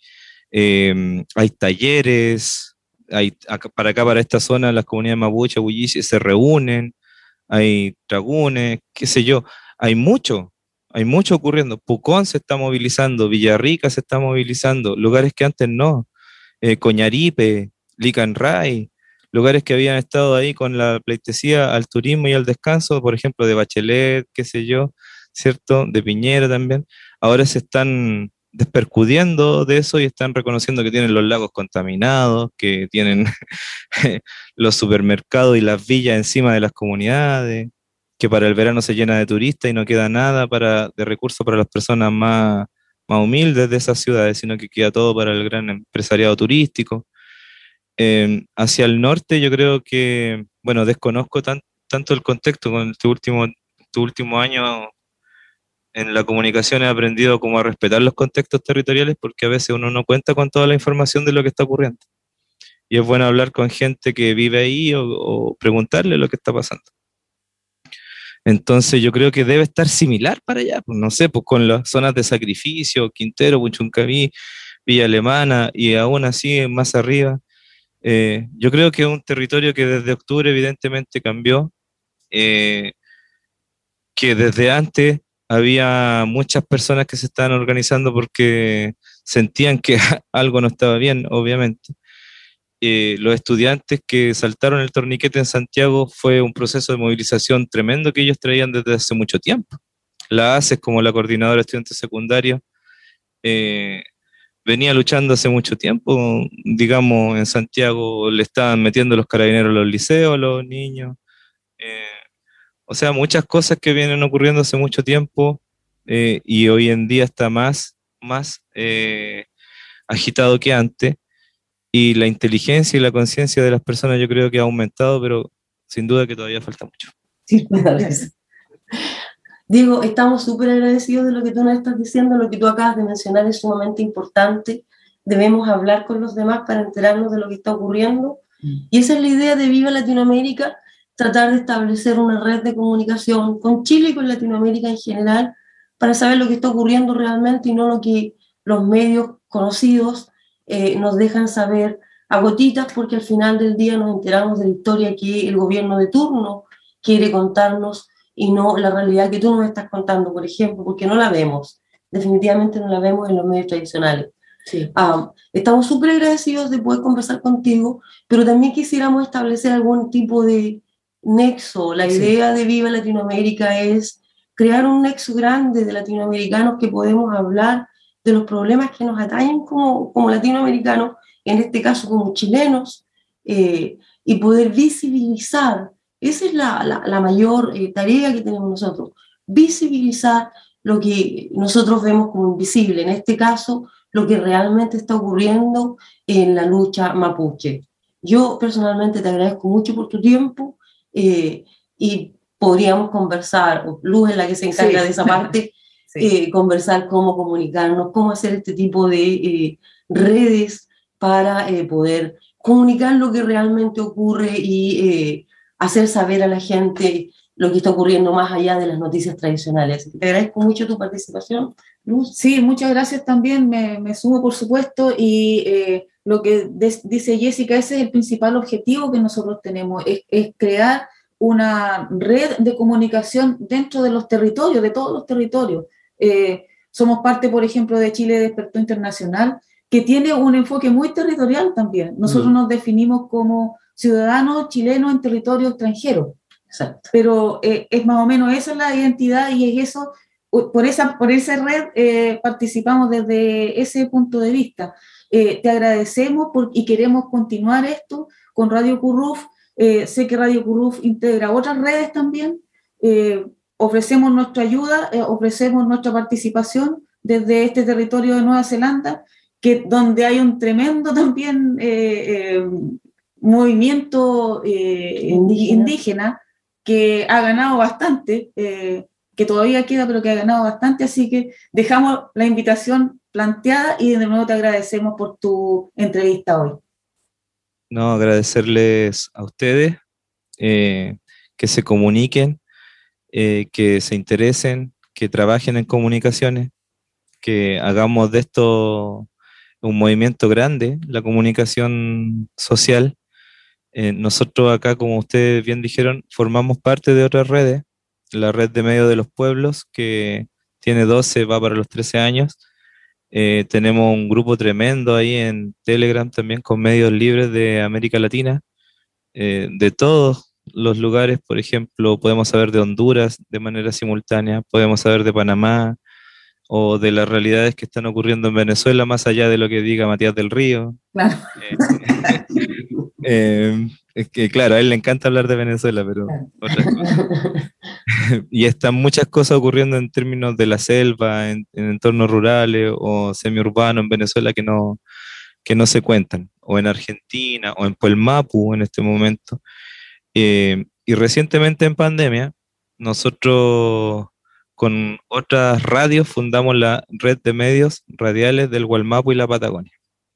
talleres, para acá, para esta zona, las comunidades mapuche, huilliche, se reúnen, hay tragunes, qué sé yo, hay mucho ocurriendo. Pucón se está movilizando, Villarrica se está movilizando, lugares que antes no, Coñaripe, Licanray, lugares que habían estado ahí con la pleitesía al turismo y al descanso, por ejemplo, de Bachelet, qué sé yo, ¿cierto? De Piñera también, ahora se están despercudiendo de eso y están reconociendo que tienen los lagos contaminados, que tienen los supermercados y las villas encima de las comunidades, que para el verano se llena de turistas y no queda nada de recursos para las personas más humildes de esas ciudades, sino que queda todo para el gran empresariado turístico. Hacia el norte yo creo que, bueno, desconozco tanto el contexto. Con este último año en la comunicación he aprendido como a respetar los contextos territoriales, porque a veces uno no cuenta con toda la información de lo que está ocurriendo. Y es bueno hablar con gente que vive ahí o preguntarle lo que está pasando. Entonces yo creo que debe estar similar para allá, pues no sé, pues con las zonas de sacrificio, Quintero, Puchuncaví, Villa Alemana y aún así más arriba. Yo creo que es un territorio que desde octubre evidentemente cambió. que desde antes había muchas personas que se estaban organizando porque sentían que algo no estaba bien, obviamente. Los estudiantes que saltaron el torniquete en Santiago fue un proceso de movilización tremendo que ellos traían desde hace mucho tiempo. La ACES, como la Coordinadora de Estudiantes Secundarios, venía luchando hace mucho tiempo. Digamos, en Santiago le estaban metiendo los carabineros a los liceos, a los niños. O sea, muchas cosas que vienen ocurriendo hace mucho tiempo, y hoy en día está más agitado que antes. Y la inteligencia y la conciencia de las personas yo creo que ha aumentado, pero sin duda que todavía falta mucho. Sí, Diego, estamos súper agradecidos de lo que tú nos estás diciendo. Lo que tú acabas de mencionar es sumamente importante. Debemos hablar con los demás para enterarnos de lo que está ocurriendo. Y esa es la idea de Viva Latinoamérica, tratar de establecer una red de comunicación con Chile y con Latinoamérica en general para saber lo que está ocurriendo realmente y no lo que los medios conocidos nos dejan saber a gotitas, porque al final del día nos enteramos de la historia que el gobierno de turno quiere contarnos y no la realidad que tú nos estás contando, por ejemplo, porque no la vemos, definitivamente no la vemos en los medios tradicionales. Sí. Estamos súper agradecidos de poder conversar contigo, pero también quisiéramos establecer algún tipo de nexo. La idea de Viva Latinoamérica es crear un nexo grande de latinoamericanos que podemos hablar de los problemas que nos atañen como latinoamericanos, en este caso como chilenos, y poder visibilizar. Esa es la mayor tarea que tenemos nosotros, visibilizar lo que nosotros vemos como invisible, en este caso, lo que realmente está ocurriendo en la lucha mapuche. Yo personalmente te agradezco mucho por tu tiempo, y podríamos conversar, Luz es la que se encarga de esa parte, conversar cómo comunicarnos, cómo hacer este tipo de redes para poder comunicar lo que realmente ocurre y hacer saber a la gente lo que está ocurriendo más allá de las noticias tradicionales. Te agradezco mucho tu participación, Luz. Sí, muchas gracias también, me sumo por supuesto, y lo que dice Jessica, ese es el principal objetivo que nosotros tenemos, es crear una red de comunicación dentro de los territorios, de todos los territorios. Somos parte, por ejemplo, de Chile Despertó Internacional, que tiene un enfoque muy territorial también. Nosotros nos definimos como ciudadanos chilenos en territorio extranjero. Exacto. Pero es más o menos esa es la identidad y es eso, por esa red participamos desde ese punto de vista. Te agradecemos y queremos continuar esto con Radio Curruf. Sé que Radio Curruf integra otras redes también. Ofrecemos nuestra ayuda, ofrecemos nuestra participación desde este territorio de Nueva Zelanda, donde hay un tremendo también movimiento indígena que ha ganado bastante, que todavía queda, pero que ha ganado bastante, así que dejamos la invitación planteada y de nuevo te agradecemos por tu entrevista hoy. No, agradecerles a ustedes, que se comuniquen, que se interesen, que trabajen en comunicaciones, que hagamos de esto un movimiento grande, la comunicación social. Nosotros acá, como ustedes bien dijeron, formamos parte de otras redes, la red de medios de los pueblos, que tiene 12, va para los 13 años. Tenemos un grupo tremendo ahí en Telegram también con medios libres de América Latina, de todos los lugares. Por ejemplo, podemos saber de Honduras de manera simultánea, podemos saber de Panamá o de las realidades que están ocurriendo en Venezuela, más allá de lo que diga Matías del Río. Claro. Es que claro, a él le encanta hablar de Venezuela, pero otras cosas. Y están muchas cosas ocurriendo en términos de la selva, en entornos rurales o semiurbanos en Venezuela que no se cuentan, o en Argentina, o en Puelmapu en este momento. Y recientemente en pandemia, nosotros con otras radios fundamos la red de medios radiales del Gualmapu y la Patagonia.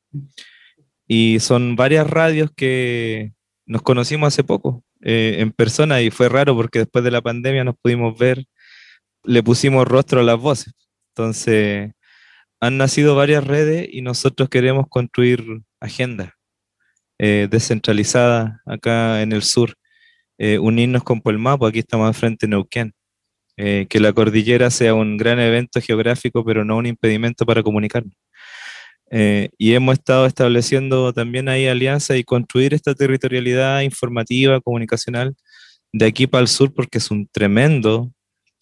Y son varias radios que nos conocimos hace poco en persona, y fue raro porque después de la pandemia nos pudimos ver, le pusimos rostro a las voces. Entonces han nacido varias redes y nosotros queremos construir agendas descentralizadas acá en el sur, unirnos con Puelmapu. Aquí estamos al frente de Neuquén. que la cordillera sea un gran evento geográfico, pero no un impedimento para comunicarnos. Y hemos estado estableciendo también ahí alianzas y construir esta territorialidad informativa, comunicacional, de aquí para el sur, porque es un tremendo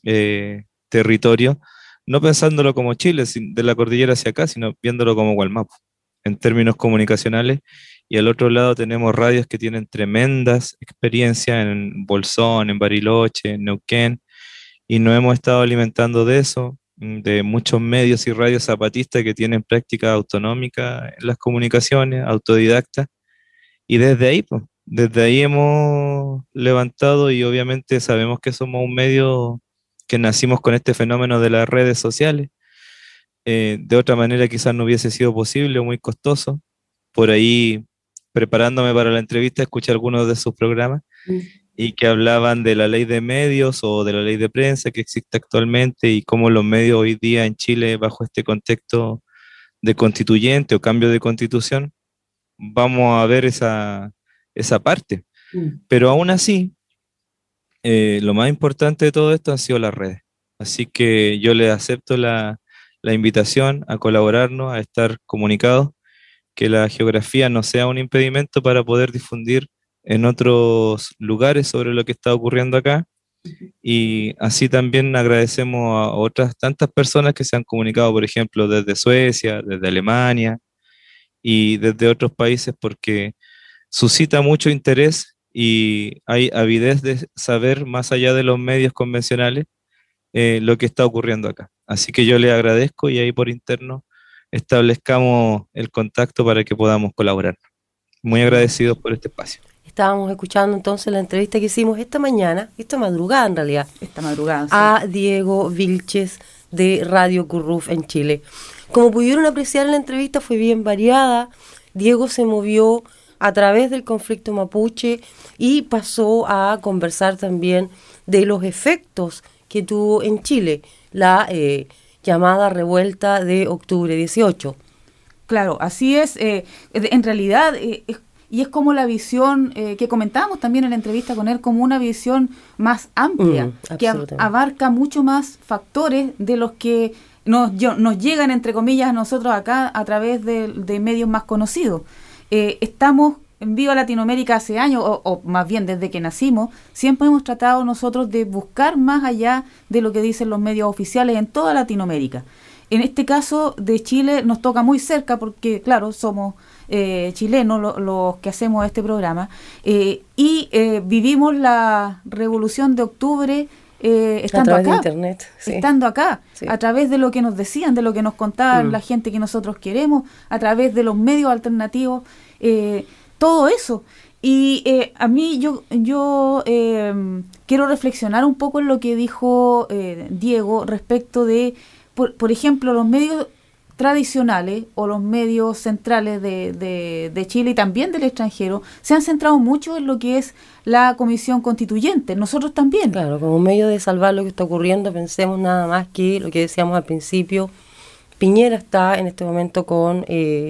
territorio, no pensándolo como Chile, de la cordillera hacia acá, sino viéndolo como Gualmapu, en términos comunicacionales. Y al otro lado tenemos radios que tienen tremendas experiencias en Bolsón, en Bariloche, en Neuquén, y nos hemos estado alimentando de eso, de muchos medios y radios zapatistas que tienen práctica autonómica en las comunicaciones, autodidactas, y pues, desde ahí hemos levantado, y obviamente sabemos que somos un medio que nacimos con este fenómeno de las redes sociales. De otra manera quizás no hubiese sido posible o muy costoso. Por ahí, preparándome para la entrevista, escuché algunos de sus programas y que hablaban de la ley de medios o de la ley de prensa que existe actualmente y cómo los medios hoy día en Chile, bajo este contexto de constituyente o cambio de constitución, vamos a ver esa parte. Pero aún así, lo más importante de todo esto han sido las redes. Así que yo les acepto la invitación a colaborarnos, a estar comunicados, que la geografía no sea un impedimento para poder difundir en otros lugares sobre lo que está ocurriendo acá. Y así también agradecemos a otras tantas personas que se han comunicado, por ejemplo, desde Suecia, desde Alemania y desde otros países, porque suscita mucho interés y hay avidez de saber, más allá de los medios convencionales, lo que está ocurriendo acá. Así que yo les agradezco y ahí por interno establezcamos el contacto para que podamos colaborar. Muy agradecidos por este espacio. Estábamos escuchando entonces la entrevista que hicimos esta madrugada en realidad, sí, a Diego Vilches de Radio Curruf en Chile. Como pudieron apreciar en la entrevista, fue bien variada. Diego se movió a través del conflicto mapuche y pasó a conversar también de los efectos que tuvo en Chile la llamada revuelta de octubre 18. Claro, así es. En realidad, y es como la visión que comentábamos también en la entrevista con él, como una visión más amplia, que abarca mucho más factores de los que nos llegan, entre comillas, a nosotros acá a través de medios más conocidos. Estamos en Viva Latinoamérica hace años, o más bien desde que nacimos, siempre hemos tratado nosotros de buscar más allá de lo que dicen los medios oficiales en toda Latinoamérica. En este caso de Chile nos toca muy cerca porque, claro, somos chilenos los que hacemos este programa, y vivimos la Revolución de Octubre estando acá, de internet, sí. Estando acá, sí. A través de lo que nos decían, de lo que nos contaban la gente que nosotros queremos, a través de los medios alternativos, todo eso. Y a mí yo quiero reflexionar un poco en lo que dijo Diego respecto de, por ejemplo, los medios tradicionales o los medios centrales de Chile y también del extranjero se han centrado mucho en lo que es la Comisión Constituyente. Nosotros también. Claro, como medio de salvar lo que está ocurriendo, pensemos nada más que lo que decíamos al principio. Piñera está en este momento con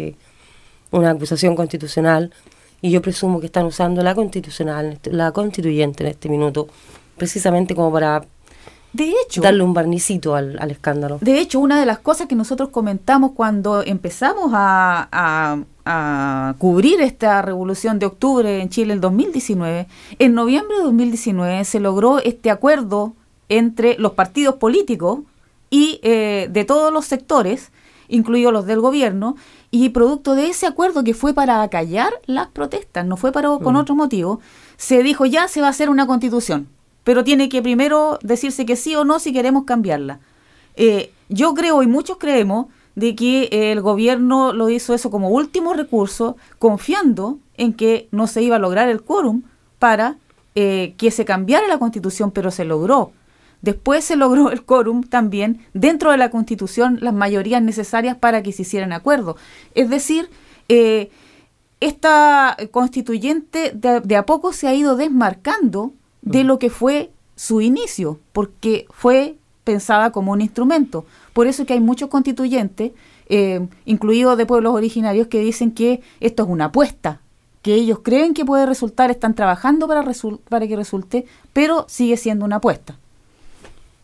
una acusación constitucional y yo presumo que están usando la constituyente en este minuto precisamente como para darle un barnicito al escándalo. De hecho, una de las cosas que nosotros comentamos cuando empezamos a cubrir esta Revolución de Octubre en Chile en 2019, en noviembre de 2019 se logró este acuerdo entre los partidos políticos y de todos los sectores, incluidos los del gobierno, y producto de ese acuerdo que fue para acallar las protestas, no fue con otro motivo, se dijo ya se va a hacer una constitución, pero tiene que primero decirse que sí o no si queremos cambiarla. Yo creo y muchos creemos de que el gobierno lo hizo eso como último recurso, confiando en que no se iba a lograr el quórum para que se cambiara la constitución, pero se logró. Después se logró el quórum también dentro de la Constitución, las mayorías necesarias para que se hicieran acuerdos. Es decir, esta constituyente de a poco se ha ido desmarcando de lo que fue su inicio, porque fue pensada como un instrumento. Por eso es que hay muchos constituyentes, incluidos de pueblos originarios, que dicen que esto es una apuesta, que ellos creen que puede resultar, están trabajando para que resulte, pero sigue siendo una apuesta.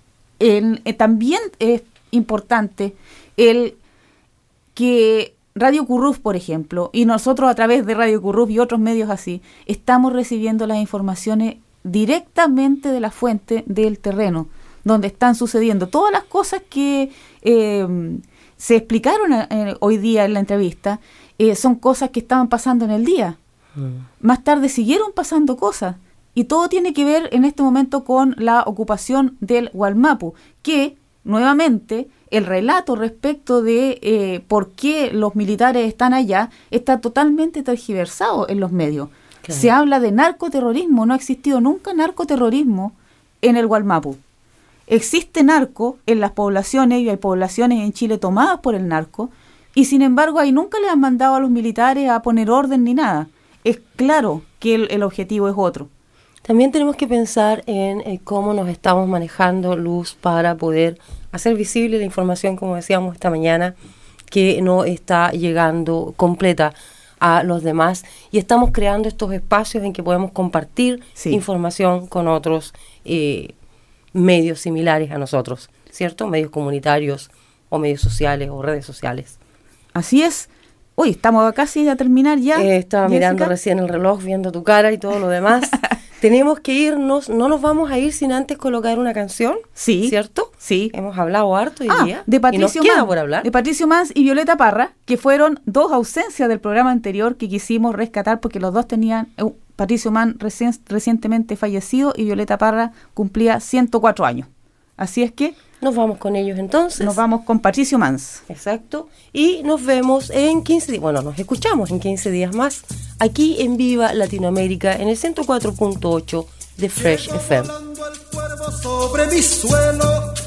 También es importante el que Radio Curruf, por ejemplo, y nosotros a través de Radio Curruf y otros medios así, estamos recibiendo las informaciones directamente de la fuente del terreno, donde están sucediendo todas las cosas que se explicaron hoy día en la entrevista. Son cosas que estaban pasando en el día. Más tarde siguieron pasando cosas. Y todo tiene que ver en este momento con la ocupación del Wallmapu, que nuevamente el relato respecto de por qué los militares están allá está totalmente tergiversado en los medios. Claro. Se habla de narcoterrorismo, no ha existido nunca narcoterrorismo en el Wallmapu. Existe narco en las poblaciones, y hay poblaciones en Chile tomadas por el narco, y sin embargo ahí nunca le han mandado a los militares a poner orden ni nada. Es claro que el objetivo es otro. También tenemos que pensar en cómo nos estamos manejando, Luz, para poder hacer visible la información, como decíamos esta mañana, que no está llegando completa a los demás, y estamos creando estos espacios en que podemos compartir información con otros medios similares a nosotros, ¿cierto? Medios comunitarios o medios sociales o redes sociales. Así es. Uy, estamos casi a terminar ya. Estaba Jessica, mirando recién el reloj, viendo tu cara y todo lo demás. Tenemos que irnos, no nos vamos a ir sin antes colocar una canción, sí, ¿cierto? Sí. Hemos hablado harto hoy día. De Patricio y nos queda por hablar. De Patricio Mans y Violeta Parra, que fueron dos ausencias del programa anterior que quisimos rescatar porque los dos tenían, Patricio Mans recientemente fallecido y Violeta Parra cumplía 104 años. Así es que nos vamos con ellos entonces. Nos vamos con Patricio Mans. Exacto. Y nos vemos en 15 días. Bueno, nos escuchamos en 15 días más. Aquí en Viva Latinoamérica, en el 104.8 de Fresh FM. El cuervo sobre mi suelo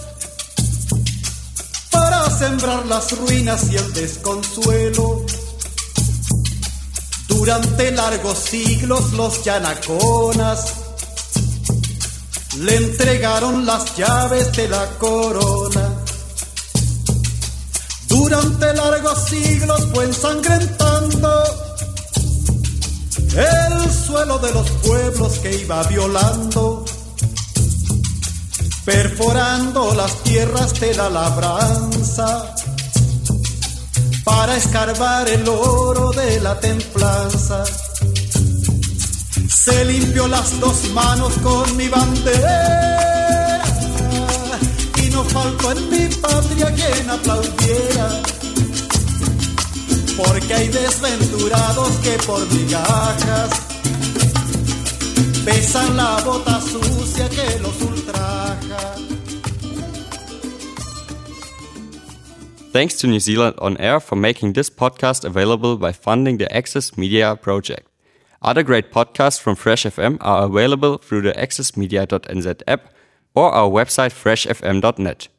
para sembrar las ruinas y el desconsuelo. Durante largos siglos los yanaconas le entregaron las llaves de la corona. Durante largos siglos fue ensangrentando el suelo de los pueblos que iba violando, perforando las tierras de la labranza para escarbar el oro de la templanza. Se limpió las dos manos con mi bandera y no faltó en mi patria quien aplaudiera, porque hay desventurados que por migajas besan la bota sucia que los ultraja. Thanks to New Zealand On Air for making this podcast available by funding the Access Media project. Other great podcasts from Fresh FM are available through the accessmedia.nz app or our website freshfm.net.